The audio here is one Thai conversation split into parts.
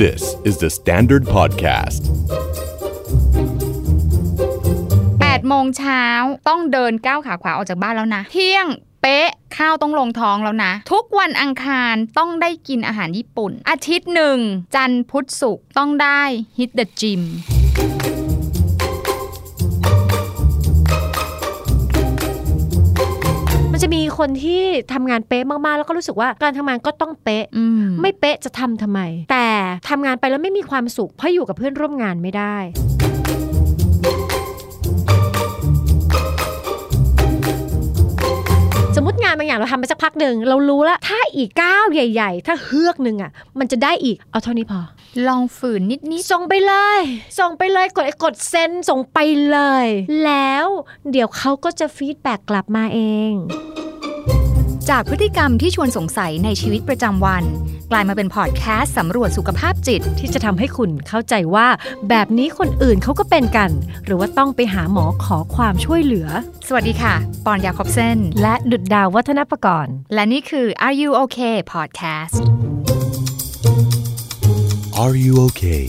This is the Standard Podcast. 8 โมงเช้าต้องเดินก้าวขาขวาออกจากบ้านแล้วนะเที่ยงเป๊ะข้าวต้องลงท้องแล้วนะทุกวันอังคารต้องได้กินอาหารญี่ปุ่นอาทิตย์หนึ่งจันทร์พุธศุกร์ต้องได้ hit the gym มันจะมีคนที่ทำงานเป๊ะมากๆแล้วก็รู้สึกว่าการทำงานก็ต้องเป๊ะไม่เป๊ะจะทำไมแต่ทำงานไปแล้วไม่มีความสุขเพราะอยู่กับเพื่อนร่วมงานไม่ได้สมมติงานบางอย่างเราทำไปสักพักหนึ่งเรารู้แล้วถ้าอีกก้าวใหญ่ๆถ้าเฮือกนึงอ่ะมันจะได้อีกเอาเท่านี้พอลองฝืนนิดส่งไปเลยกดเซ็นส่งไปเลยแล้วเดี๋ยวเขาก็จะฟีดแบ็กกลับมาเองจากพฤติกรรมที่ชวนสงสัยในชีวิตประจำวันกลายมาเป็นพอดแคสต์สำรวจสุขภาพจิตที่จะทำให้คุณเข้าใจว่าแบบนี้คนอื่นเขาก็เป็นกันหรือว่าต้องไปหาหมอขอความช่วยเหลือสวัสดีค่ะปอนยาคอบเซนและดุจดาววัฒนประกรณ์และนี่คือ Are You Okay Podcast Are you okay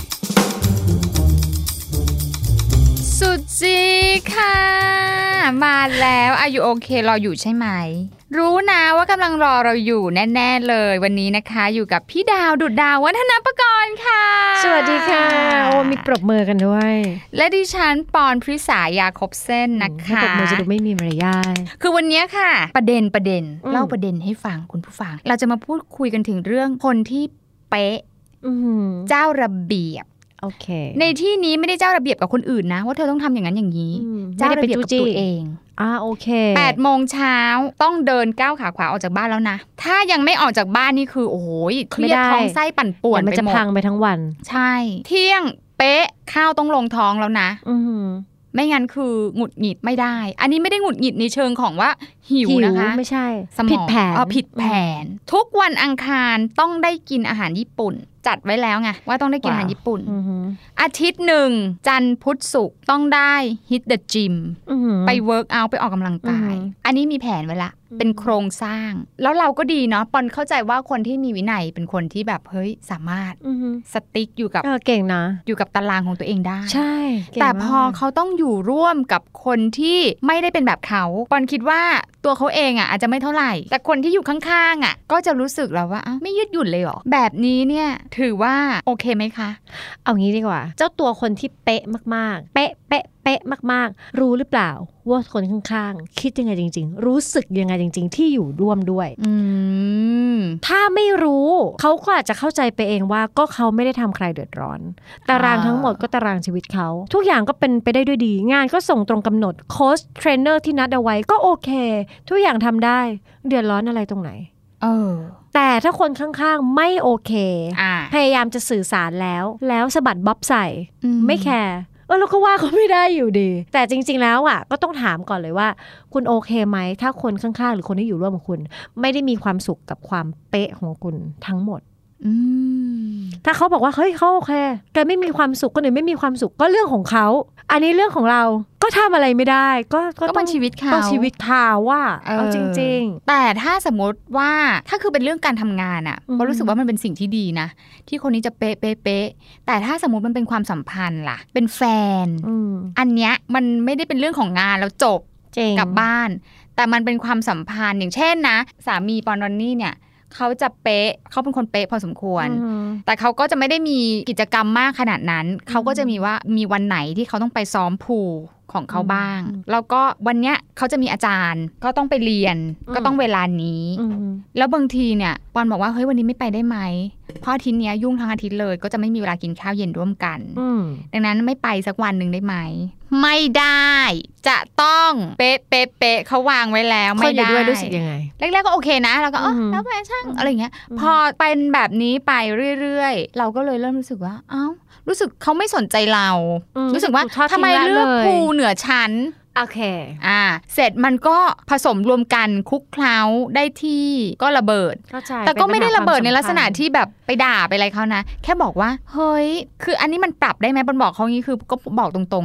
สุดจีค่ะมาแล้ว Are You Okay รออยู่ใช่ไหมรู้นะว่ากำลังรอเราอยู่แน่ๆเลยวันนี้นะคะอยู่กับพี่ดาวดุจดาววัฒนประกรณ์ค่ะสวัสดีค่ะโอ้มีปรบมือกันด้วยและดิฉันปอนพริษายาคบเส้นนะคะปรบมือจะดูไม่มีมารยาทคือวันนี้ค่ะประเด็นเล่าประเด็นให้ฟังคุณผู้ฟังเราจะมาพูดคุยกันถึงเรื่องคนที่เป๊ะเจ้าระเบียบโอเคในที่นี้ไม่ได้เจ้าระเบียบกับคนอื่นนะว่าเธอต้องทำอย่างนั้นอย่างนี้เจ้าระเบียบกับตัวเองโอเค 8 โมงเช้าต้องเดินก้าวขาขวาออกจากบ้านแล้วนะถ้ายังไม่ออกจากบ้านนี่คือโอ้โหเครียดท้องไส้ปั่นป่วนไปหมดมันจะพังไปทั้งวันใช่เที่ยงเป๊ะข้าวต้องลงท้องแล้วนะไม่งั้นคือหงุดหงิดไม่ได้อันนี้ไม่ได้หงุดหงิดในเชิงของว่าหิวนะคะไม่ใช่ผิดแผนทุกวันอังคารต้องได้กินอาหารญี่ปุ่นจัดไว้แล้วไงว่าต้องได้กินอาหารญี่ปุ่นอาทิตย์หนึ่งจันทร์พุธศุกร์ต้องได้ hit the gym ไปเวิร์กเอาท์ไปออกกำลังกายอันนี้มีแผนไว้ละเป็นโครงสร้างแล้วเราก็ดีเนาะปอนเข้าใจว่าคนที่มีวินัยเป็นคนที่แบบเฮ้ยสามารถสติ๊กอยู่กับเก่งนะอยู่กับตารางของตัวเองได้ใช่แต่พอเขาต้องอยู่ร่วมกับคนที่ไม่ได้เป็นแบบเขาปอนคิดว่าตัวเขาเองอ่ะอาจจะไม่เท่าไหร่แต่คนที่อยู่ข้างๆอ่ะก็จะรู้สึกแล้วว่าไม่ยืดหยุ่นเลยหรอแบบนี้เนี่ยถือว่าโอเคไหมคะเอางี้ดีกว่าเจ้าตัวคนที่เป๊ะมากๆเป๊ะมากๆรู้หรือเปล่าว่าคนข้างๆคิดยังไงจริงๆรู้สึกยังไงจริงๆที่อยู่ร่วมด้วยถ้าไม่รู้เขาก็อาจจะเข้าใจไปเองว่าก็เขาไม่ได้ทำใครเดือดร้อนตารางทั้งหมดก็ตารางชีวิตเขาทุกอย่างก็เป็นไปได้ด้วยดีงานก็ส่งตรงกำหนดโค้ชเทรนเนอร์ที่นัดเอาไว้ก็โอเคทุกอย่างทำได้เดือดร้อนอะไรตรงไหนแต่ถ้าคนข้างๆไม่โอเคพยายามจะสื่อสารแล้วสะบัดบ๊อบใส่ไม่แคร์เราก็ว่าเขาไม่ได้อยู่ดีแต่จริงๆแล้วอ่ะก็ต้องถามก่อนเลยว่าคุณโอเคไหมถ้าคนข้างๆหรือคนที่อยู่ร่วมกับคุณไม่ได้มีความสุขกับความเป๊ะของคุณทั้งหมดถ้าเขาบอกว่าเฮ้ยเขาโอเคแกไม่มีความสุขคนอื่นไม่มีความสุขก็เรื่องของเขาอันนี้เรื่องของเราก็ทำอะไรไม่ได้ก็ต้องชีวิตเขาต้องชีวิตเขาว่าเอาจริงๆแต่ถ้าสมมติว่าถ้าคือเป็นเรื่องการทำงานอ่ะก็รู้สึกว่ามันเป็นสิ่งที่ดีนะที่คนนี้จะเป๊ะแต่ถ้าสมมติมันเป็นความสัมพันธ์ล่ะเป็นแฟนอันเนี้ยมันไม่ได้เป็นเรื่องของงานแล้วจบกลับบ้านแต่มันเป็นความสัมพันธ์อย่างเช่นนะสามีปอนดนี่เนี่ยเขาจะเป๊ะเขาเป็นคนเป๊ะพอสมควรแต่เขาก็จะไม่ได้มีกิจกรรมมากขนาดนั้นเขาก็จะมีวันไหนที่เขาต้องไปซ้อมพูลของเขาบ้างแล้วก็วันเนี้ยเขาจะมีอาจารย์ก็ต้องไปเรียนก็ต้องเวลานี้แล้วบางทีเนี่ยปอนบอกว่าเฮ้ยวันนี้ไม่ไปได้ไหมเพราะอาทิตย์นี้ยุ่งทั้งอาทิตย์เลยก็จะไม่มีเวลากินข้าวเย็นร่วมกันดังนั้นไม่ไปสักวันนึงได้ไหมไม่ได้จะต้องเป๊ะเขาวางไว้แล้วไม่ได้รู้สึกยังไงแรกๆก็โอเคนะแล้วก็แล้วไปช่างอะไรอย่างเงี้ยพอเป็นแบบนี้ไปเรื่อยๆเราก็เลยเริ่มรู้สึกว่ารู้สึกเขาไม่สนใจเรารู้สึกว่าทำไมเลือกภูเหนือชั้นโอเคเสร็จมันก็ผสมรวมกันคลุกเคล้าได้ที่ก็ระเบิดแต่ก็ไม่ได้ระเบิดในลักษณะที่แบบไปด่าไปอะไรเขานะแค่บอกว่าเฮ้ยคืออันนี้มันปรับได้ไหมบนบอกเขางี้คือก็บอกตรงๆป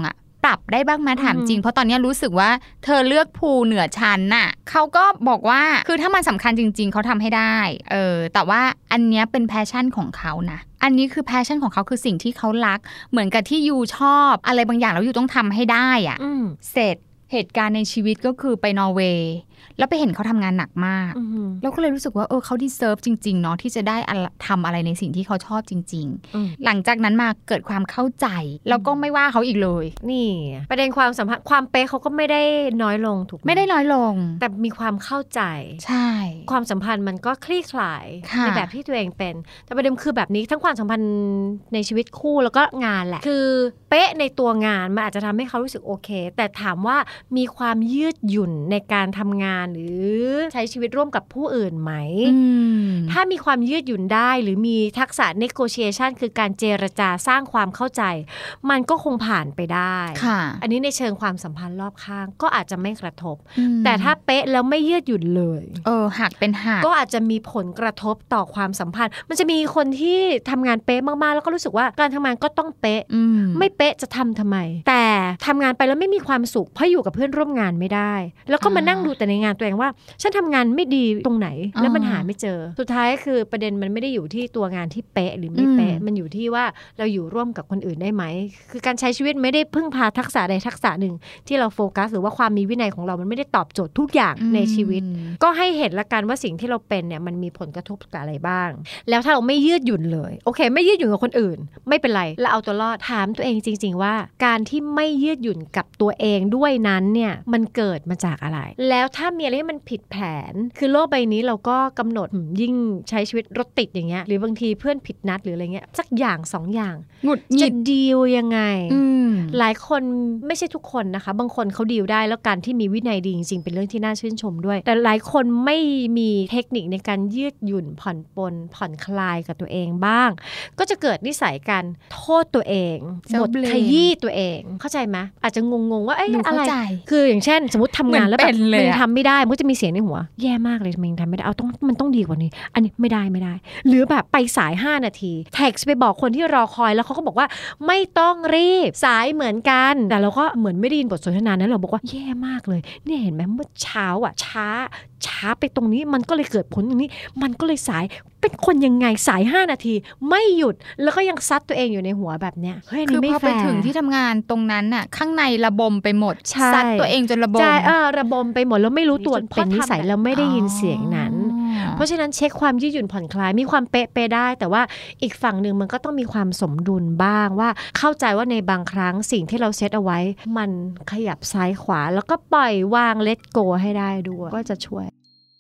ปรับได้บ้างมาถามจริงเพราะตอนนี้รู้สึกว่าเธอเลือกภูเหนือฉันน่ะเขาก็บอกว่าคือถ้ามันสำคัญจริงๆเขาทำให้ได้แต่ว่าอันเนี้ยเป็นแพชชั่นของเขานะอันนี้คือแพชชั่นของเขาคือสิ่งที่เขารักเหมือนกับที่ยูชอบอะไรบางอย่างแล้วยูต้องทำให้ได้อ่ะเสร็จเหตุการณ์ในชีวิตก็คือไปนอร์เวย์แล้วไปเห็นเขาทำงานหนักมากแล้วก็เลยรู้สึกว่าเขาดีเซิร์ฟจริงๆเนาะที่จะได้ทำอะไรในสิ่งที่เขาชอบจริงๆหลังจากนั้นมาเกิดความเข้าใจแล้วก็ไม่ว่าเขาอีกเลยนี่ประเด็นความสัมพันธ์ความเป๊ะเขาก็ไม่ได้น้อยลงถูกไหมไม่ได้น้อยลงแต่มีความเข้าใจใช่ความสัมพันธ์มันก็คลี่คลายในแบบที่ตัวเองเป็นแต่ประเด็นคือแบบนี้ทั้งความสัมพันธ์ในชีวิตคู่แล้วก็งานแหละคือเป๊ะในตัวงานมันอาจจะทำให้เขารู้สึกโอเคแต่ถามว่ามีความยืดหยุ่นในการทำงานหรือใช้ชีวิตร่วมกับผู้อื่นไหมถ้ามีความยืดหยุ่นได้หรือมีทักษะ negotiation คือการเจรจาสร้างความเข้าใจมันก็คงผ่านไปได้อันนี้ในเชิงความสัมพันธ์รอบข้างก็อาจจะไม่กระทบแต่ถ้าเป๊ะแล้วไม่ยืดหยุ่นเลยหักเป็นหักก็อาจจะมีผลกระทบต่อความสัมพันธ์มันจะมีคนที่ทำงานเป๊ะมากๆแล้วก็รู้สึกว่าการทำงานก็ต้องเป๊ะไม่เป๊ะจะทำไมแต่ทำงานไปแล้วไม่มีความสุขเพราะอยู่กับเพื่อนร่วมงานไม่ได้แล้วก็มานั่งดูแต่ในงานตัวเองว่าฉันทำงานไม่ดีตรงไหนแล้วมันหาไม่เจอสุดท้ายคือประเด็นมันไม่ได้อยู่ที่ตัวงานที่เป๊ะหรือไม่เป๊ะมันอยู่ที่ว่าเราอยู่ร่วมกับคนอื่นได้ไหมคือการใช้ชีวิตไม่ได้พึ่งพาทักษะใดทักษะหนึ่งที่เราโฟกัสหรือว่าความมีวินัยของเรามันไม่ได้ตอบโจทย์ทุกอย่างในชีวิตก็ให้เห็นละกันว่าสิ่งที่เราเป็นเนี่ยมันมีผลกระทบกับอะไรบ้างแล้วถ้าเราไม่ยืดหยุ่นเลยโอเคไม่ยืดหยุ่นกับคนอื่นไม่เป็นไรเราเอาตัวรอดถามตัวเองจริงๆว่าการที่ไม่ยืดหยุ่นกับตัวเองด้วยนั้นเนี่ยมันเกิดมาจากอะไรแล้วถ้ามีอะไรที่มันผิดแผนคือโลกใบนี้เราก็กำหนดยิ่งใช้ชีวิตรถติดอย่างเงี้ยหรือบางทีเพื่อนผิดนัดหรืออะไรเงี้ยสักอย่าง2อย่างจะดีลยังไงหลายคนไม่ใช่ทุกคนนะคะบางคนเขาดีลได้แล้วการที่มีวินัยดีจริงๆเป็นเรื่องที่น่าชื่นชมด้วยแต่หลายคนไม่มีเทคนิคในการยืดหยุ่นผ่อนปลนผ่อนคลายกับตัวเองบ้างก็จะเกิดนิสัยการโทษตัวเองหมดขยี้ตัวเองเข้าใจไหมอาจจะงงๆว่าอะไรคืออย่างเช่นสมมติทำงานแล้วแบบมันทำไม่ได้มันก็จะมีเสียงในหัวแย่มากเลยทำไมทำไม่ได้มันต้องดีกว่านี้อันนี้ไม่ได้หรือแบบไปสาย5นาทีแท็กไปบอกคนที่รอคอยแล้วเขาก็บอกว่าไม่ต้องรีบสายเหมือนกันแต่เราก็เหมือนไม่ได้ยินบทสนทนานั้นเราบอกว่าแย่มากเลยเนี่ยเห็นไหมเมื่อเช้าอ่ะช้าไปตรงนี้มันก็เลยเกิดผลอย่างนี้มันก็เลยสายเป็นคนยังไงสาย5นาทีไม่หยุดแล้วก็ยังซัดตัวเองอยู่ในหัวแบบเนี้ยคือพอไปถึงที่ทำงานตรงนั้นน่ะข้างในระบมไปหมดซัดตัวเองจนระบมใช่ระบมไปหมดแล้วไม่รู้ตัวเป็นนิสัยแล้วไม่ได้ยินเสียงนั้นเพราะฉะนั้นเช็คความยืดหยุ่นผ่อนคลายมีความเป๊ะได้แต่ว่าอีกฝั่งนึงมันก็ต้องมีความสมดุลบ้างว่าเข้าใจว่าในบางครั้งสิ่งที่เราเซตเอาไว้มันขยับซ้ายขวาแล้วก็ปล่อยวางเลทโกให้ได้ด้วยก็จะช่วย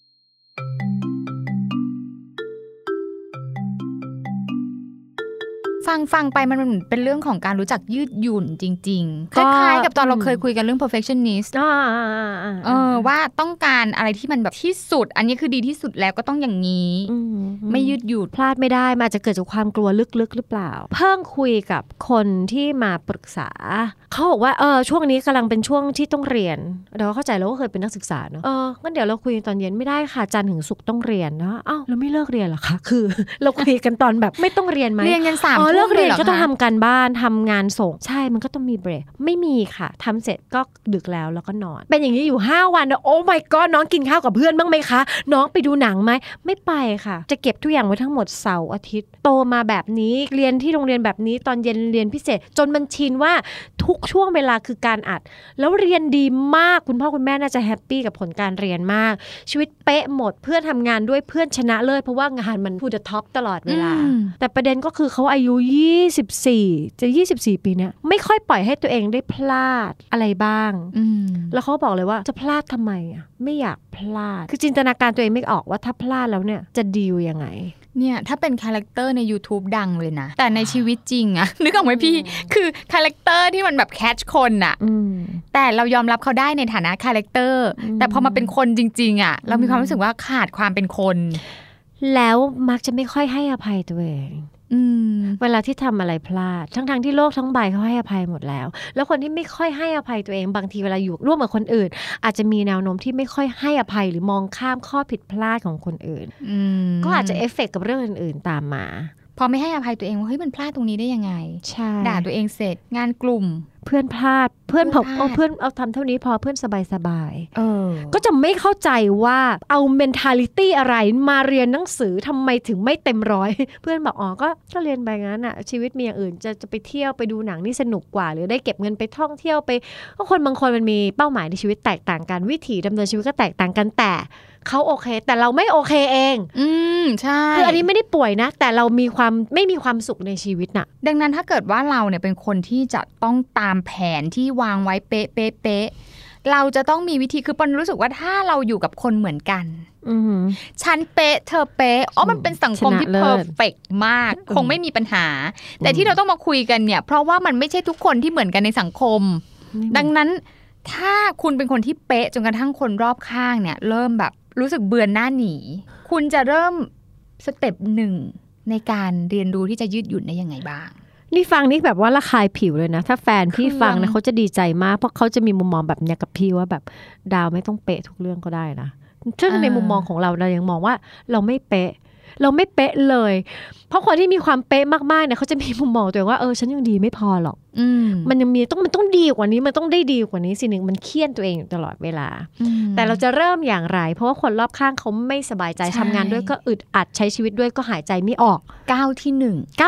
ฟังไปมันเป็นเรื่องของการรู้จักยืดหยุ่นจริงๆคล้ายๆกับตอนเราเคยคุยกันเรื่อง perfectionist ว่าต้องการอะไรที่มันแบบที่สุดอันนี้คือดีที่สุดแล้วก็ต้องอย่างนี้ไม่ยืดหยุ่นพลาดไม่ได้มันอาจจะเกิดจากความกลัวลึกๆหรือเปล่าเพิ่งคุยกับคนที่มาปรึกษาเขาบอกว่าช่วงนี้กำลังเป็นช่วงที่ต้องเรียนเราเข้าใจเราก็เคยเป็นนักศึกษาเนาะงั้นเดี๋ยวเราคุยตอนเย็นไม่ได้ค่ะจันทร์ถึงศุกร์ต้องเรียนเนาะเราไม่เลิกเรียนหรอคะคือเราคุยกันตอนแบบไม่ต้องเรียนไหมเรียนกัน3 เลิกเรียนก็ต้องทำการบ้านทำงานส่งใช่มันก็ต้องมีเบรกไม่มีค่ะทำเสร็จก็ดึกแล้วก็นอนเป็นอย่างนี้อยู่5วันนะโอ้ my god น้องกินข้าวกับเพื่อนบ้างไหมคะน้องไปดูหนังไหมไม่ไปค่ะจะเก็บทุกอย่างไว้ทั้งหมดเสาร์อาทิตย์โตมาแบบนี้เรียนที่โรงเรียนแบบนี้ตอนเย็นเรียนพิเศษจนมันชินว่าทุกช่วงเวลาคือการอัดแล้วเรียนดีมากคุณพ่อคุณแม่น่าจะแฮปปี้กับผลการเรียนมากชีวิตเป๊ะหมดเพื่อนทำงานด้วยเพื่อนชนะเลิศเพราะว่างานมันพูดท็อปตลอดเวลาแต่ประเด็นก็คือเขาอายุ24จะ24ปีเนี่ยไม่ค่อยปล่อยให้ตัวเองได้พลาดอะไรบ้างแล้วเขาบอกเลยว่าจะพลาดทำไมอ่ะไม่อยากพลาดคือจินตนาการตัวเองไม่ออกว่าถ้าพลาดแล้วเนี่ยจะดีลยังไงเนี่ยถ้าเป็นคาแรคเตอร์ใน YouTube ดังเลยนะแต่ในชีวิตจริงอะนึกออกไหมพี่คือคาแรคเตอร์ที่มันแบบแคชคนอะแต่เรายอมรับเขาได้ในฐานะคาแรคเตอร์แต่พอมาเป็นคนจริงๆอะเรามีความรู้สึกว่าขาดความเป็นคนแล้วมักจะไม่ค่อยให้อภัยตัวเองเวลาที่ทำอะไรพลาดทั้งที่โลกทั้งใบเขาให้อภัยหมดแล้วคนที่ไม่ค่อยให้อภัยตัวเองบางทีเวลาอยู่ร่วมกับคนอื่นอาจจะมีแนวโน้มที่ไม่ค่อยให้อภัยหรือมองข้ามข้อผิดพลาดของคนอื่นก็อาจจะเอฟเฟกต์กับเรื่องอื่นๆตามมาพอไม่ให้อภัยตัวเองว่าเฮ้ยมันพลาดตรงนี้ได้ยังไงด่าตัวเองเสร็จงานกลุ่มเพื่อนพลาดเพื่อนผมเพื่อนเอาทำเท่านี้พอเพื่อนสบายก็จะไม่เข้าใจว่าเอา mentality อะไรมาเรียนหนังสือทำไมถึงไม่เต็มร้อยเพื่อนบอกก็เรียนไปงั้นอ่ะชีวิตมีอย่างอื่นจะไปเที่ยวไปดูหนังนี่สนุกกว่าหรือได้เก็บเงินไปท่องเที่ยวไปก็คนบางคนมันมีเป้าหมายในชีวิตแตกต่างกันวิถีดำเนินชีวิตก็แตกต่างกันแต่เขาโอเคแต่เราไม่โอเคเองใช่คืออันนี้ไม่ได้ป่วยนะแต่เราไม่มีความสุขในชีวิตน่ะดังนั้นถ้าเกิดว่าเราเนี่ยเป็นคนที่จะต้องตามแผนที่วางไว้เป๊ะเราจะต้องมีวิธีคือปอนรู้สึกว่าถ้าเราอยู่กับคนเหมือนกันฉันเป๊ะเธอเป๊ะมันเป็นสังคมที่เพอร์เฟกต์มากคงไม่มีปัญหาแต่ที่เราต้องมาคุยกันเนี่ยเพราะว่ามันไม่ใช่ทุกคนที่เหมือนกันในสังคมดังนั้นถ้าคุณเป็นคนที่เป๊ะจนกระทั่งคนรอบข้างเนี่ยเริ่มแบบรู้สึกเบื่อหน้าหนีคุณจะเริ่มสเต็ปหนึ่งในการเรียนรู้ที่จะยืดหยุ่นได้ยังไงบ้างนี่ฟังนี่แบบว่าระคายผิวเลยนะถ้าแฟนพี่ฟังนะเขาจะดีใจมากเพราะเขาจะมีมุมมองแบบนี้กับพี่ว่าแบบดาวไม่ต้องเป๊ะทุกเรื่องก็ได้นะซึ่งในมุมมองของเรายังมองว่าเราไม่เป๊ะเลยเพราะคนที่มีความเป๊ะมากๆเนี่ยเขาจะมีมุมมองตัวเองว่าฉันยังดีไม่พอหรอกมันยังมีมันต้องดีกว่านี้มันต้องได้ดีกว่านี้สิ่งหนึ่งมันเคี่ยนตัวเองอยู่ตลอดเวลาแต่เราจะเริ่มอย่างไรเพราะว่าคนรอบข้างเขาไม่สบายใจทำงานด้วยก็อึดอัดใช้ชีวิตด้วยก็หายใจไม่ออกก้าวที่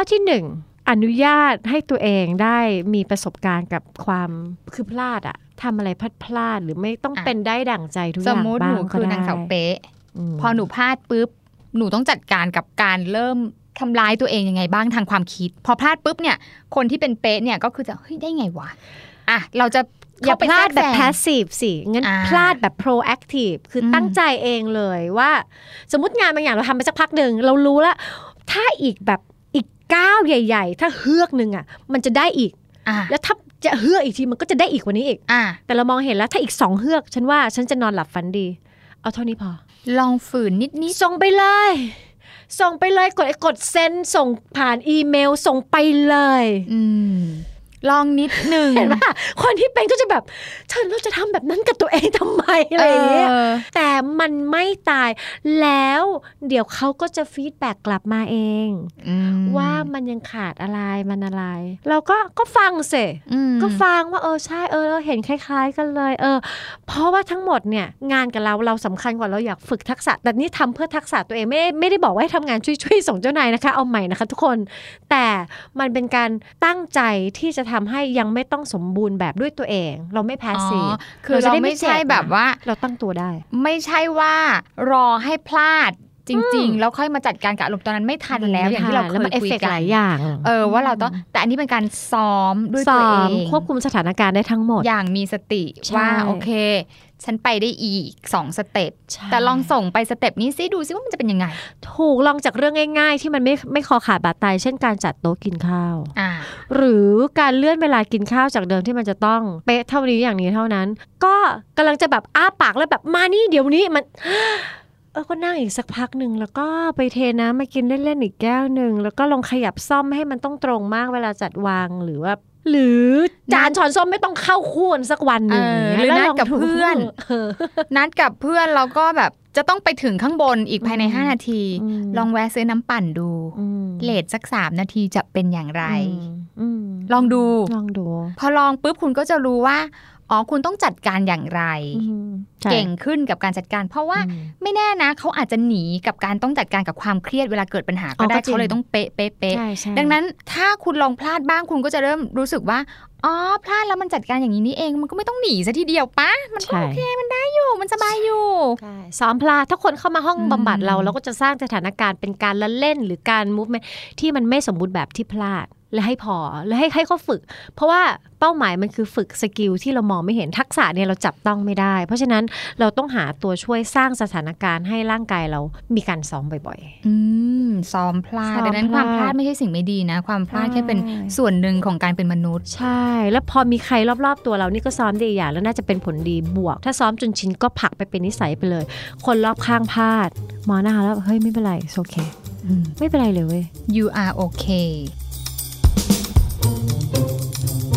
1อนุญาตให้ตัวเองได้มีประสบการณ์กับความคือพลาดอะทำอะไรพลาดหรือไม่ต้องเป็นได้ดั่งใจทุกอย่างบ้างก็ได้สมมติหนูคือนางสาวเป๊ะพอหนูพลาดปุ๊บหนูต้องจัดการกับการเริ่มทำร้ายตัวเองยังไงบ้างทางความคิดพอพลาดปุ๊บเนี่ยคนที่เป็นเป๊ะเนี่ยก็คือจะเฮ้ยได้ไงวะเราจะอย่าพลาดแบบ passive สิงั้นพลาดแบบ proactive คือตั้งใจเองเลยว่าสมมติงานบางอย่างเราทำไปสักพักหนึ่งเรารู้แล้วถ้าอีกก้าวใหญ่ๆถ้าเฮือกนึงอ่ะมันจะได้อีกแล้วถ้าจะเฮือกอีกทีมันก็จะได้อีกกว่านี้อีกแต่เรามองเห็นแล้วถ้าอีก2เฮือกฉันว่าฉันจะนอนหลับฝันดีเอาเท่านี้พอลองฝืนนิดส่งไปเลยกดเซ็นส่งผ่านอีเมลส่งไปเลยลองนิดนึงเห็นป่ะคนที่เป็นก็จะแบบเราจะทำแบบนั้นกับตัวเองทำไมอะไรอย่างเงี้ยแต่มันไม่ตายแล้วเดี๋ยวเขาก็จะฟีดแบ็กกลับมาเองว่ามันยังขาดอะไรมันอะไรเราก็ฟังสิก็ฟังว่าใช่เราเห็นคล้ายๆกันเลยเพราะว่าทั้งหมดเนี่ยงานกับเราสำคัญกว่าเราอยากฝึกทักษะแต่นี่ทำเพื่อทักษะตัวเองไม่ได้บอกว่าให้ทำงานช่วยส่งเจ้านายนะคะเอาใหม่นะคะทุกคนแต่มันเป็นการตั้งใจที่จะทำให้ยังไม่ต้องสมบูรณ์แบบด้วยตัวเองเราไม่แพสซีฟคือเราไม่ใช่แบบว่าเราตั้งตัวได้ไม่ใช่ว่ารอให้พลาดจริงๆแล้วค่อยมาจัดการกับอารมณ์ตอนนั้นไม่ทันแล้วอย่างที่เราเคยคุยกันหลายอย่างว่าเราต้องแต่อันนี้เป็นการซ้อมด้วยตัวเองควบคุมสถานการณ์ได้ทั้งหมดอย่างมีสติว่าโอเคฉันไปได้อีก2สเต็ปแต่ลองส่งไปสเต็ปนี้ซิดูซิว่ามันจะเป็นยังไงถูกลองจากเรื่องง่ายๆที่มันไม่คอขาดบาดตายเช่นการจัดโต๊ะกินข้าวหรือการเลื่อนเวลากินข้าวจากเดิมที่มันจะต้องเป๊ะเท่านี้อย่างนี้เท่านั้นก็กำลังจะแบบอ้าปากแล้วแบบมานี่เดี๋ยวนี้มันก็นั่งอีกสักพักหนึ่งแล้วก็ไปเทน้ำมากินเล่นๆอีกแก้วหนึ่งแล้วก็ลองขยับซ่อมให้มันต้องตรงมากเวลาจัดวางหรือจานช้อนส้อมไม่ต้องเข้าคู่สักวันหนึ่งหรือนัดกับเพื่อนแล้วก็แบบจะต้องไปถึงข้างบนอีกภายใน5นาทีลองแวะซื้อน้ำปั่นดูเลทสัก3นาทีจะเป็นอย่างไรลองดูพอลองปุ๊บคุณก็จะรู้ว่าคุณต้องจัดการอย่างไรเก่งขึ้นกับการจัดการเพราะว่าไม่แน่นะเขาอาจจะหนีกับการต้องจัดการกับความเครียดเวลาเกิดปัญหาก็ได้เขาเลยต้องเป๊ะดังนั้นถ้าคุณลองพลาดบ้างคุณก็จะเริ่มรู้สึกว่าพลาดแล้วมันจัดการอย่างนี้นี่เองมันก็ไม่ต้องหนีซะทีเดียวปะมันก็โอเคมันได้อยู่มันสบายอยู่ซ้อมพลาดถ้าคนเข้ามาห้องบำบัดเราก็จะสร้างสถานการณ์เป็นการละเล่นหรือการมูฟเมนท์ที่มันไม่สมบูรณ์แบบที่พลาดและให้พอและให้เขาฝึกเพราะว่าเป้าหมายมันคือฝึกสกิลที่เรามองไม่เห็นทักษะเนี่ยเราจับต้องไม่ได้เพราะฉะนั้นเราต้องหาตัวช่วยสร้างสถานการณ์ให้ร่างกายเรามีการซ้อมบ่อยๆซ้อมพลาดดังนั้นความพลาดไม่ใช่สิ่งไม่ดีนะความพลาดแค่เป็นส่วนหนึ่งของการเป็นมนุษย์ใช่แล้วพอมีใครรอบๆตัวเรานี่ก็ซ้อมได้อย่างแล้วน่าจะเป็นผลดีบวกถ้าซ้อมจนชินก็ผลักไปเป็นนิสัยไปเลยคนรอบข้างพลาดมองหน้าแล้วเฮ้ยไม่เป็นไรโอเคไม่เป็นไรเลยเว้ย you are okay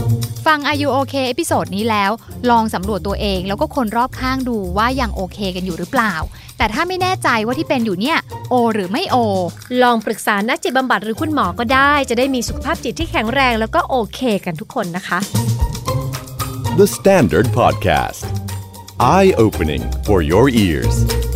ฟัง Are You OK เอพิโซดนี้แล้วลองสำรวจตัวเองแล้วก็คนรอบข้างดูว่ายังโอเคกันอยู่หรือเปล่าแต่ถ้าไม่แน่ใจว่าที่เป็นอยู่เนี่ยโอหรือไม่โอลองปรึกษานักจิตบำบัดหรือคุณหมอก็ได้จะได้มีสุขภาพจิตที่แข็งแรงแล้วก็โอเคกันทุกคนนะคะ The Standard Podcast Eye Opening for Your Ears